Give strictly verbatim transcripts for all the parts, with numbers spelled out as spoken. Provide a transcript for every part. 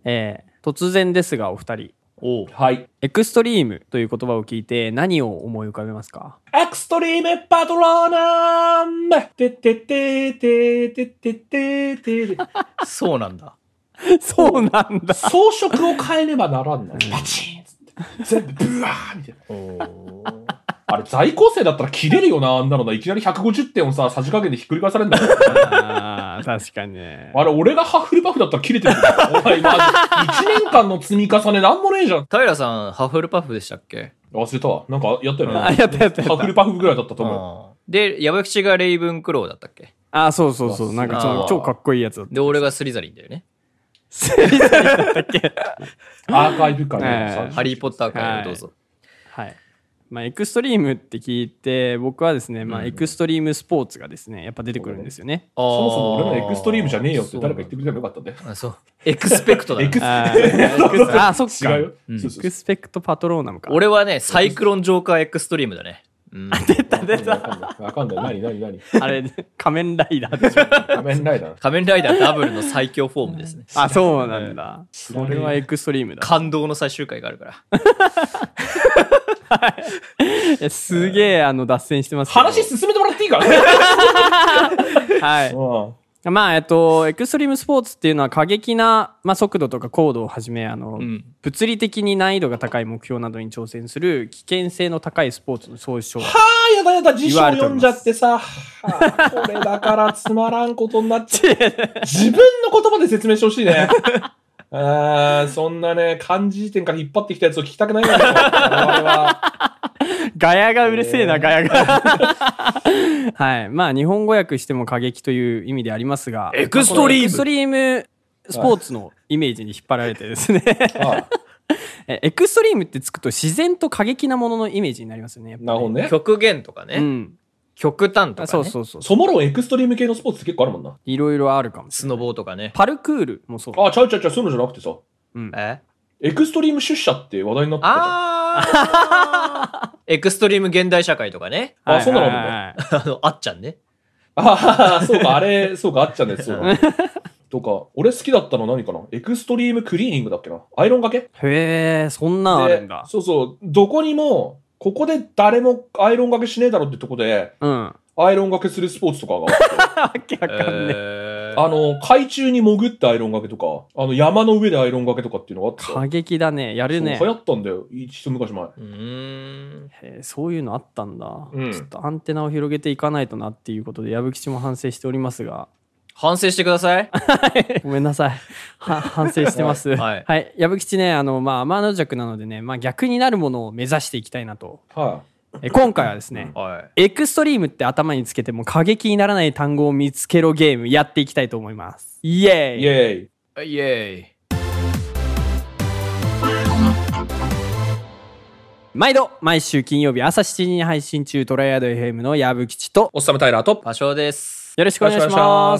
えー、突然ですがお二人、 おはい。 エクストリームという言葉を聞いて何を思い浮かべますか？ エクストリームパトローナムててててててててそうなんだ。 そうなんだ。 装飾を変えねばならんの。パチンっつって全部ブワーみたいな。おあれ在校生だったら切れるよな、あんなのな。いきなりひゃくごじゅってんをさ、さじ加減でひっくり返されるんだよ。 ああ、確かにね。 あれ、俺がハッフルパフだったら切れてるんだよ。お前、マジ。いちねんかんの積み重ねなんもねえじゃん。 平さん、ハッフルパフでしたっけ？ 忘れたわ。なんかやったよね。 あ、やったやったやった。 ハッフルパフぐらいだったと思う。で、矢吹吉がレイブンクローだったっけ？ ああ、そうそうそう。なんか超、超かっこいいやつだった。 で、俺がスリザリンだよね。 スリザリンだったっけ？ アーカイブかね。 ハリーポッター会をどうぞ。 はい。はいまあ、エクストリームって聞いて僕はですね、まあ、エクストリームスポーツがですねやっぱ出てくるんですよね。 そもそも俺のエクストリームじゃねえよって誰か言ってくれればよかったんで。 あ、そう。エクスペクトだ。 エクスあ、そっか。 違うよ。 エクスペクトパトローナムか。 俺はね、サイクロンジョーカーエクストリームだね。 うん、出た出た。 わかんない。何何何あれ、仮面ライダーでしょ。 仮面ライダー。 仮面ライダーダブルの最強フォームですね。 あ、そうなんだ。それはエクストリームだ。 感動の最終回があるから。 はい、すげえあの脱線してますけど。 話進めてもらっていいかはい。まあえっとエクストリームスポーツっていうのは過激な、まあ、速度とか高度をはじめあの、うん、物理的に難易度が高い目標などに挑戦する危険性の高いスポーツの総称。 はあやだやだ辞書読んじゃってさ、はあ、これだからつまらんことになっちゃう。自分の言葉で説明してほしいね。あそんなね漢字辞典から引っ張ってきたやつを聞きたくないんだよ。 ガヤがうるせえな、ガヤが。はい。まあ、日本語訳しても過激という意味でありますが、 エクストリーム。 エクストリームスポーツのイメージに引っ張られてですね。エクストリームってつくと自然と過激なもののイメージになりますよね。 なるほどね。 極限とかね。うん。極端とかね。 そうそうそう。 そもろエクストリーム系のスポーツって結構あるもんな。 いろいろあるかもしれない。 スノボーとかね。 パルクールもそう。 あ、ちゃうちゃうちゃう、そういうのじゃなくてさ。 うん。 えエクストリーム出社って話題になってたじゃん。 あエクストリーム現代社会とかね。 あ、そうなのね。 あの、あっちゃんね。 ああ、そうか、あれ、そうか、あっちゃんのやつ。そうとか、俺好きだったの何かな？エクストリームクリーニングだっけな？アイロンがけ？ へえ、そんなんあるんだ。 そうそう、どこにも、ここで誰もアイロンがけしねえだろってとこで、うん。アイロンがけするスポーツとかがあって。 わけわかんねえ。 あの、海中に潜ってアイロンがけとか、あの、山の上でアイロンがけとかっていうのがあって。 過激だね。やるね。 流行ったんだよ。一昔前。うーん。へえ、そういうのあったんだ。 うん。 ちょっとアンテナを広げていかないとなっていうことで、矢吹吉も反省しておりますが。 反省してください。 ごめんなさい。は、反省してます。はい。はい。矢吹吉ね、あの、まあ、天の弱なのでね、まあ、逆になるものを目指していきたいなと。 はい。 え今回はですね、はい、エクストリームって頭につけても過激にならない単語を見つけろゲームやっていきたいと思います。イエーイイエーイイエーイ毎度毎週金曜日朝しちじに配信中トライアド エフエム の矢吹吉とおっさむタイラーと場所です。 よろしくお願いします。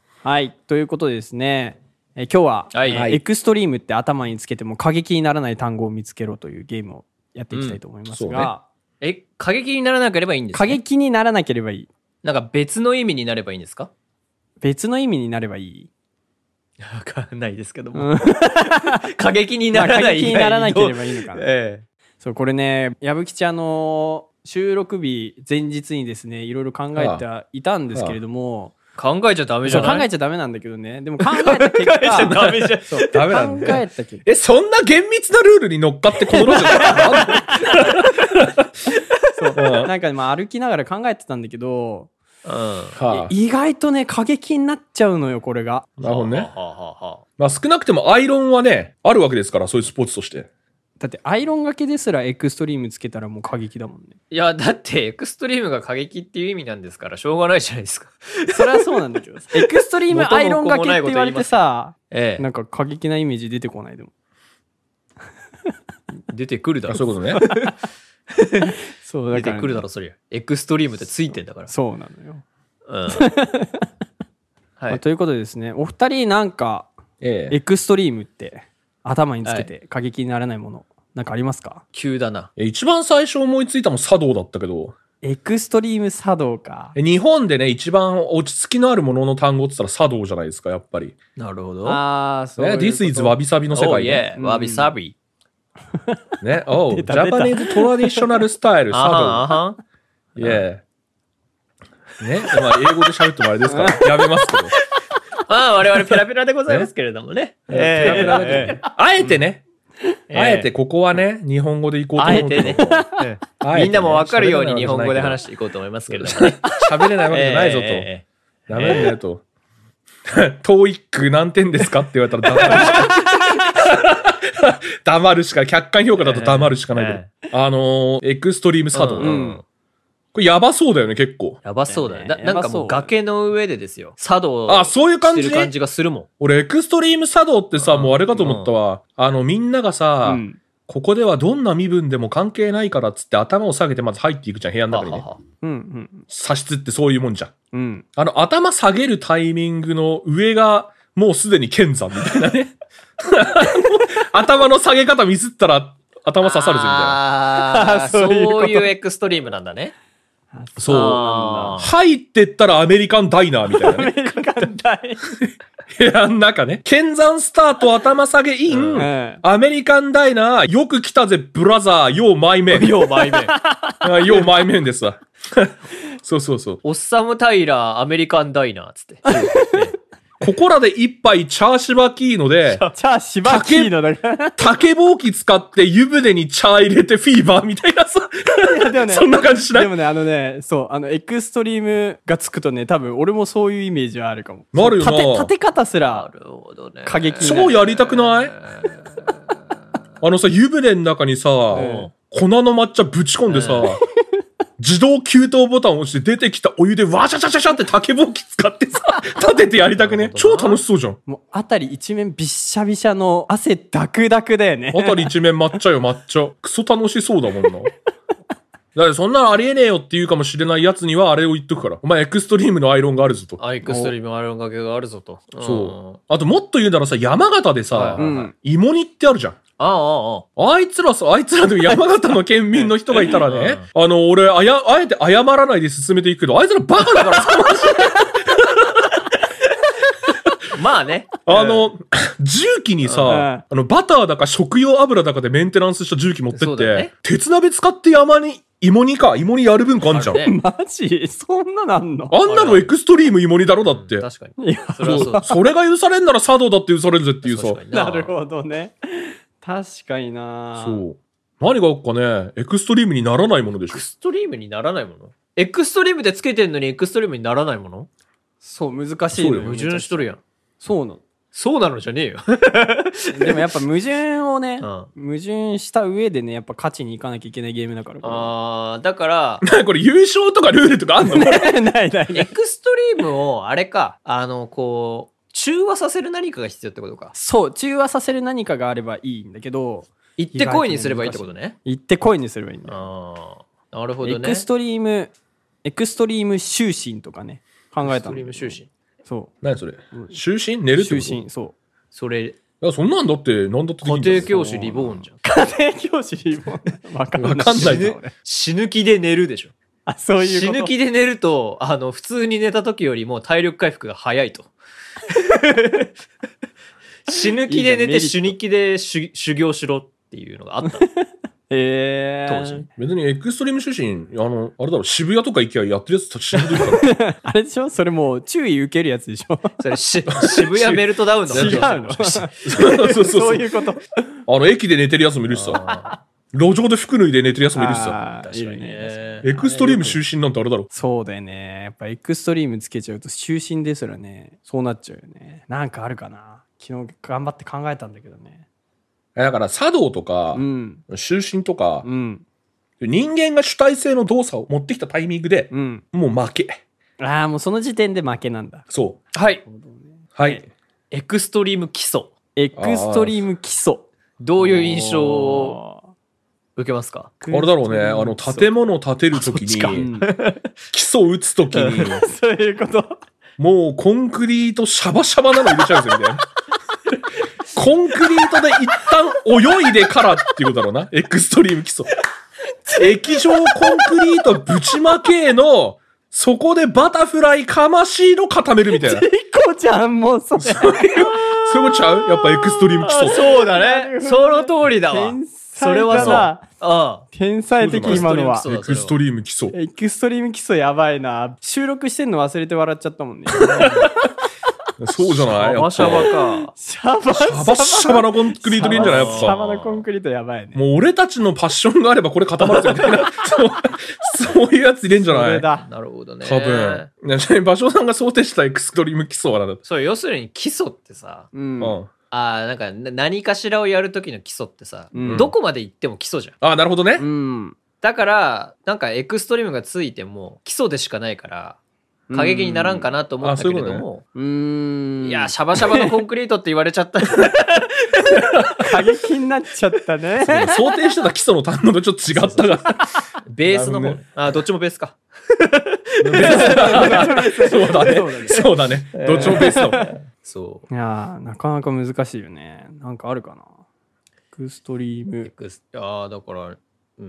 はいということでですねえ今日は、はい、エクストリームって頭につけても過激にならない単語を見つけろというゲームをやっていきたいと思いますが、うんえ、過激にならなければいいんですか？ 過激にならなければいい。 なんか別の意味になればいいんですか？ 別の意味になればいい？ わかんないですけども。過激にならない以外に。 過激にならなければいいのかな。 ええ。 そう、これね、矢吹吉あのー、収録日前日にですね、いろいろ考えていたんですけれども、 考えちゃダメじゃない？ 考えちゃダメなんだけどね。でも考えた結果。考えちゃダメじゃん。 そう、ダメなんだ、ね。 考えた結果。 え、そんな厳密なルールに乗っかってこのロジそう。なんかまあ歩きながら考えてたんだけど、うんはあ、意外とね、過激になっちゃうのよ、これが。 なるほどね。はあはあはあ、まあ少なくてもアイロンはね、あるわけですから、そういうスポーツとして。 だってアイロンがけですらエクストリームつけたらもう過激だもんね。 いやだってエクストリームが過激っていう意味なんですからしょうがないじゃないですか。 それはそうなんだけどエクストリームアイロンがけって言われてさ、ええ、なんか過激なイメージ出てこないでも。 出てくるだろ。 そういうことね。 そうだから、ね、出てくるだろそりゃ。エクストリームってついてんだから。 そうなのよ。うん。 はい、 まあ、ということでですね、お二人なんか、ええ、エクストリームって頭につけて過激にならないもの、はい、なんかありますか？ 急だな。 一番最初思いついたの茶道だったけど。 エクストリーム茶道か。 日本でね、一番落ち着きのあるものの単語って言ったら茶道じゃないですか、やっぱり。 なるほど。 ああ、そういうこと。 This is わびさびの世界ね。 Oh yeah, わびさび。 ね、Oh, 出た出た Japanese traditional style 茶道。 あは Yeah. ね、まあ英語で喋ってもあれですから、やめますけど。 まあ我々ペラペラでございますけれどもね。 ペラペラだけどねあえてね、あえてここはね、日本語でいこうと思うけど。 あえてね。みんなもわかるように日本語で話していこうと思いますけれどもね。 喋れないわけじゃないぞと。 えダメだよと。トーイック何点ですかって言われたら黙るしか。黙るしか、客観評価だと黙るしかないけど。あのー、エクストリーム茶道。 うんうんこれやばそうだよね、結構。 やばそうだね。なやばそうなんかもう崖の上でですよ。茶道あ、そういう感じしてる感じがするもん。 俺、エクストリーム茶道ってさ、もうあれかと思ったわ。あの、みんながさ、 うんここではどんな身分でも関係ないからっつって頭を下げてまず入っていくじゃん、部屋の中にね。 はははうんうん茶室ってそういうもんじゃん。 うん。 あの、頭下げるタイミングの上が、もうすでに剣山みたいなね。頭の下げ方ミスったら頭刺さるぜみたいな。 あーそういうことそういうエクストリームなんだね。 そう。 あー入ってったらアメリカンダイナーみたいなね。 アメリカン大。 部屋の中ね。剣山スタート頭下げイン、 うんアメリカンダイナー、よく来たぜ、ブラザー、ようマイメン。 よう前面。 あようマイメンですわ。そうそうそう。 オッサム・タイラー、アメリカンダイナーっつって。 ここらで一杯チャーシバキーノで、 チャーシバキーノだから。 竹ぼうき使って湯船に茶入れてフィーバーみたいなさ。 いやでもねそんな感じしないでもね、あのね、そう、あの、エクストリームがつくとね、多分俺もそういうイメージはあるかも。 なるよな立て、立て方すなら、 るほどね。 過激になる超やりたくないあのさ、湯船の中にさ、 ん粉の抹茶ぶち込んでさ、自動給湯ボタンを押して出てきたお湯でワシャシャシャシャって竹ぼうき使ってさ、立ててやりたくね。超楽しそうじゃん。 もう、あたり一面びっしゃびしゃの汗ダクダクだよね。 あたり一面抹茶よ抹茶。クソ楽しそうだもんな。だからそんなのありえねえよって言うかもしれないやつにはあれを言っとくから。お前エクストリームのアイロンがあるぞと。 あエクストリームアイロン掛けがあるぞと。 そう。あともっと言うならさ、山形でさはい、 うん。 芋煮ってあるじゃん。 ああ、ああ、 あいつらさ、あいつらでも山形の県民の人がいたらね、あの、俺、あや、あえて謝らないで進めていくけど、あいつらバカだからさ、マジでまあね。 あの、重機にさ、 うんあの、バターだか食用油だかでメンテナンスした重機持ってって、 そうだよね鉄鍋使って山に、芋煮か、芋煮やる文化あんじゃん。 あるねマジそんななんのあんなのエクストリーム芋煮だろだって。 確かに。 いや、 それはそうだ。 それが許されんなら茶道だって許されるぜっていうさ。 確かになるほどね。確かになそう。何があっかね、エクストリームにならないものでしょエク。ストリームにならないものエクストリームでつけてんのにエクストリームにならないものそう、難しいのよ。 矛盾しとるやん。 そうなの。 そうなのじゃねえよ。 でもやっぱ矛盾をね、 うん矛盾した上でね、やっぱ勝ちに行かなきゃいけないゲームだから。こあー、だから、 なこれ優勝とかルールとかあんのこれれないないなエい。 クストリームを、あれか、あの、こう、中和させる何かが必要ってことか。 そう、中和させる何かがあればいいんだけど、 行ってこいにすればいいってことね。 行ってこいにすればいいんだよ。 あー、なるほどね。 エクストリーム、エクストリーム終身とかね、考えエクストリーたの。 ム終身。 そ何それ就寝寝るう。 ってこと終身、そう。 それ、 いや、そんなんだって、なんだってでき家んじゃん庭教師リボーンじゃん。 家庭教師リボン。わかんない。 わかんない死ぬ俺死ぬ気で寝るでしょ。 あ、そういうこと。 死ぬ気で寝ると、あの、普通に寝た時よりも体力回復が早いと。死ぬ気で寝ていいじゃんメリット死ぬ気で修修行しろっていうのがあった。 えー、 当時。 別にエクストリーム出身、あの、あれだろ、渋谷とか行きゃやってるやつたち死んでるから。 あれでしょそれもう注意受けるやつでしょそれし渋谷メルトダウンの違うのそうそうそうそういうこと。 あの、駅で寝てるやつもいるしさ。 あ路上で服脱いで寝てるやつもいるしさ。 あーー確かにいるね。 エクストリーム就寝なんてあれだろ。 そうだよね。やっぱエクストリームつけちゃうと終身ですらね、そうなっちゃうよね。なんかあるかな。昨日頑張って考えたんだけどね。 えだから、茶道とかう、ん。 就寝とかう、ん。 人間が主体性の動作を持ってきたタイミングで、 うん。 もう負け。 ああ、もうその時点で負けなんだ。 そう。 はい。 はい。 エクストリーム基礎。 エクストリーム基礎。 どういう印象を受けますか？ あれだろうね、あの、建物を建てるときうに、 ん基礎打つときに、 そういうこと。 もうコンクリートシャバシャバなの入れちゃうんですよ、みたいな。コンクリートで一旦泳いでからっていうことだろうな。エクストリーム基礎。 液状コンクリートぶちまけの、そこでバタフライかましいの固めるみたいな。 チコちゃんもうそれ。 そういうことちゃうやっぱエクストリーム基礎。 そうだね。その通りだわ。それはそう。ああ。 天才的今のは。 エクストリーム基礎。 エクストリーム基礎やばいな。収録してんの忘れて笑っちゃったもんね。 そうじゃない？ シャバシャバか。 シャバシャバ。 シャバシャバなコンクリートでいいんじゃない？やっぱ。 シャバなコンクリートやばいね。 もう俺たちのパッションがあればこれ固まるみたいな。そう、そういうやつ入れんじゃない？ それだ。 なるほどね。 多分。ちなみに場所さんが想定したエクストリーム基礎は何だった？ そう、要するに基礎ってさ、 うん。 うんああ、なんか何かしらをやるときの基礎ってさ、 うん、 どこまで行っても基礎じゃん。 ああ、なるほどね。 うん。 だから、なんかエクストリームがついても基礎でしかないから、過激にならんかなと思ったけれども、 うーん。 いや、シャバシャバのコンクリートって言われちゃった。 過激になっちゃったね。 想定してた基礎の単語とちょっと違ったから。 ベースの方、ね。あ、どっちもベースか。 そうだね。そうだね。どっちもベースだもん。 そう。 いやー、なかなか難しいよね。なんかあるかな。エクストリーム。 エクスああ、だから、うん。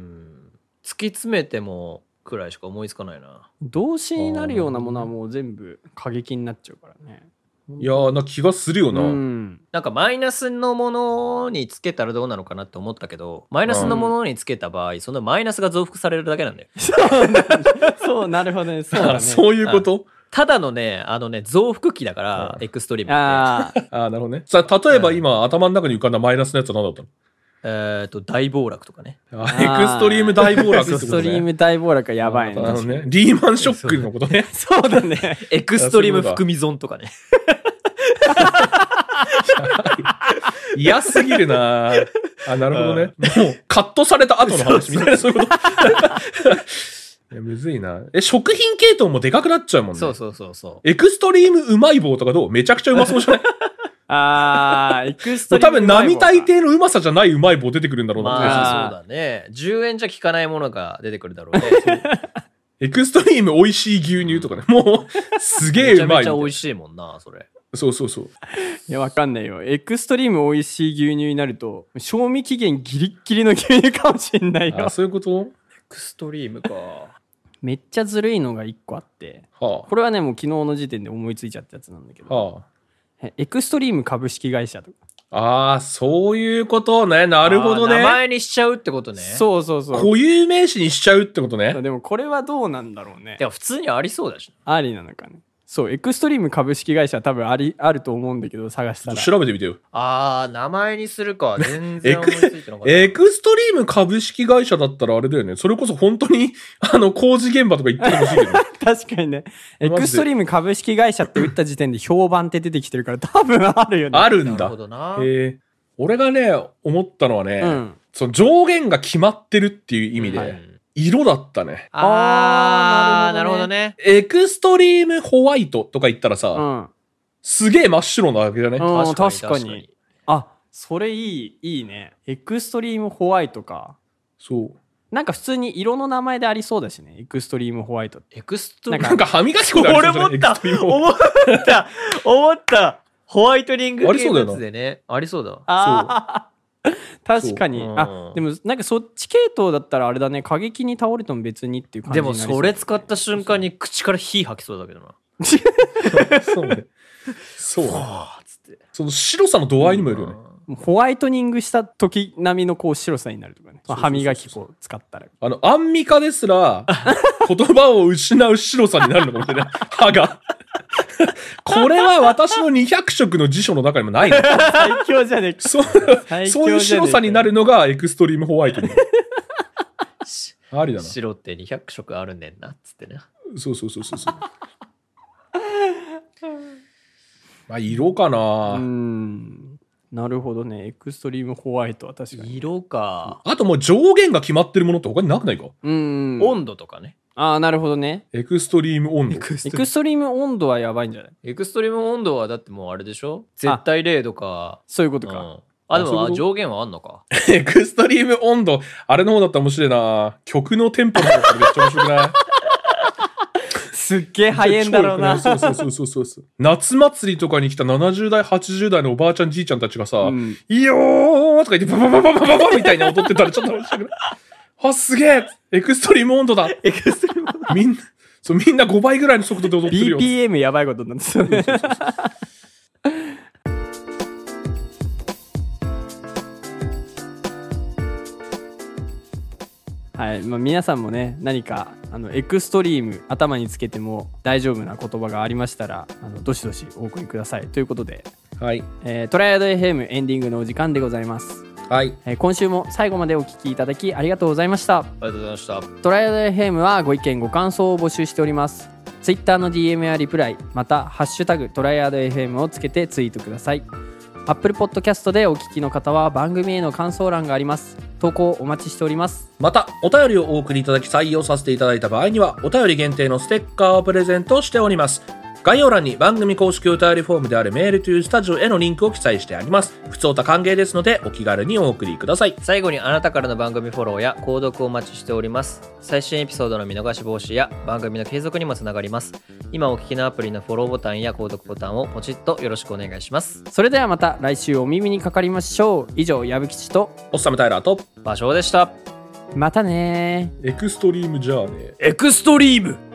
突き詰めてもくらいしか思いつかないな。 動詞になるようなものはもう全部過激になっちゃうからね。 いやーな気がするよな、 うん、 なんかマイナスのものにつけたらどうなのかなって思ったけど、マイナスのものにつけた場合、うん、そのマイナスが増幅されるだけなんだよ。 そうなるほどね。そうだね。 そういうこと？ ただのね、あのね、増幅器だから、エクストリームって。 ああ、なるほどね。さあ、例えば今、うん、頭の中に浮かんだマイナスのやつは何だったの？ えっと、大暴落とかね。 エクストリーム大暴落ってことね。エクストリーム大暴落はやばいね。 なるほどね。リーマンショックのことね。 そうだね。 エクストリーム含み損とかね。 嫌すぎるなぁ。あ、なるほどね。もう、カットされた後の話みたいな、そういうこと。いや、むずいな。え、食品系統もでかくなっちゃうもんね。 そうそうそうそう。 エクストリームうまい棒とかどう？めちゃくちゃうまそうじゃない？ あー、エクストリームうまい棒。 多分、並大抵のうまさじゃないうまい棒出てくるんだろうな。 まあ、そうだね。じゅうえんじゃ効かないものが出てくるだろうね。 エクストリーム美味しい牛乳とかね。もう、すげえうまい。 めちゃめちゃ美味しいもんな、それ。 そうそうそう。 いや、わかんないよ。エクストリーム美味しい牛乳になると、賞味期限ギリッギリの牛乳かもしんないよ。 あ、そういうこと？ エクストリームか。 めっちゃずるいのが一個あって、はあ、これはね、もう昨日の時点で思いついちゃったやつなんだけど、はあ、エクストリーム株式会社とか。 ああ、そういうことね。なるほどね。 名前にしちゃうってことね。 そうそうそう。 固有名詞にしちゃうってことね。 でもこれはどうなんだろうね。 いや、普通にありそうだし。 ありなのかね。そう、エクストリーム株式会社は多分あり、あると思うんだけど、探したら。 調べてみてよ。 あー、名前にするか。全然思いついてなかった。 エクストリーム株式会社だったらあれだよね。それこそ本当に、あの、工事現場とか行ってほしいけど。 確かにね。エクストリーム株式会社って打った時点で評判って出てきてるから多分あるよね。 あるんだ。 なるほどな。 へー。俺がね、思ったのはね、うん、その上限が決まってるっていう意味で、うんはい色だったね。 あー、なるほどね。 エクストリームホワイトとか言ったらさ、うん、すげえ真っ白なわけじゃね。 確かに。確かに。あ、それいい、いいね。エクストリームホワイトか。 そう。 なんか普通に色の名前でありそうだしね。エクストリームホワイト。 エクストリーム。 なんか歯磨き粉がある俺思った。思った。思った。ホワイトニング系のやつでね。ありそうだ。 あそう。確かに。あ、でもなんかそっち系統だったらあれだね。過激に倒れても別にっていう感じになりそう、ね。 でもそれ使った瞬間に口から火吐きそうだけどな。 そうね。そう。つってその白さの度合いにもよるよね。 ホワイトニングした時並みのこう白さになるとかね。歯磨き粉を使ったら。 あの、アンミカですら言葉を失う白さになるのかもしれない。歯が。これは私のにひゃく色の辞書の中にもないの。 最強じゃねえか。 そう、そういう白さになるのがエクストリームホワイトに。ありだな。 白ってにひゃく色あるねんなっつってね。 そうそうそうそうそう。まあ色かな。 うん。なるほどね。エクストリームホワイトは確かに。 色か。 あともう上限が決まってるものって他になくないか？ うん。 温度とかね。 ああ、なるほどね。 エクストリーム温度。 エクストリーム温度はやばいんじゃない？ エクストリーム温度はだってもうあれでしょ？絶対れいどか。 そういうことか。 うん、あ、でも上限はあんのか。 エクストリーム温度、あれの方だったら面白いな。曲のテンポの方だったらめっちゃ面白くない？ すっげえ早いんだろうな。 そうそうそうそうそう。夏祭りとかに来たななじゅう代、はちじゅう代のおばあちゃんじいちゃんたちがさ、うん、いいよーとか言ってバババババババみたいに踊ってたらちょっと面白くない？ あ、すげえエクストリーム温度だエクストリーム温度みんな、そう、みんなごばいぐらいの速度で踊ってるよ。 ビーピーエム やばいことなんですよね。はい、まあ、皆さんもね、何かあのエクストリーム頭につけても大丈夫な言葉がありましたら、あのどしどしお送りくださいということで、 はい、 えー、トライアド エフエム エンディングのお時間でございます。 はい、 えー、今週も最後までお聞きいただきありがとうございました。 ありがとうございました。 トライアド エフエム はご意見ご感想を募集しております。ツイッターの ディーエム やリプライ、またハッシュタグトライアド エフエム をつけてツイートください。Apple Podcast でお聞きの方は番組への感想欄があります。投稿お待ちしております。 またお便りをお送りいただき採用させていただいた場合にはお便り限定のステッカーをプレゼントしております。概要欄に番組公式お便りフォームであるメールというスタジオへのリンクを記載してあります。普通歌歓迎ですのでお気軽にお送りください。 最後にあなたからの番組フォローや購読をお待ちしております。最新エピソードの見逃し防止や番組の継続にもつながります。今お聞きのアプリのフォローボタンや購読ボタンをポチッとよろしくお願いします。 それではまた来週お耳にかかりましょう。以上、矢吹吉とおっさむタイラーと場所でした。 またねエクストリームジャーネーエクストリーム。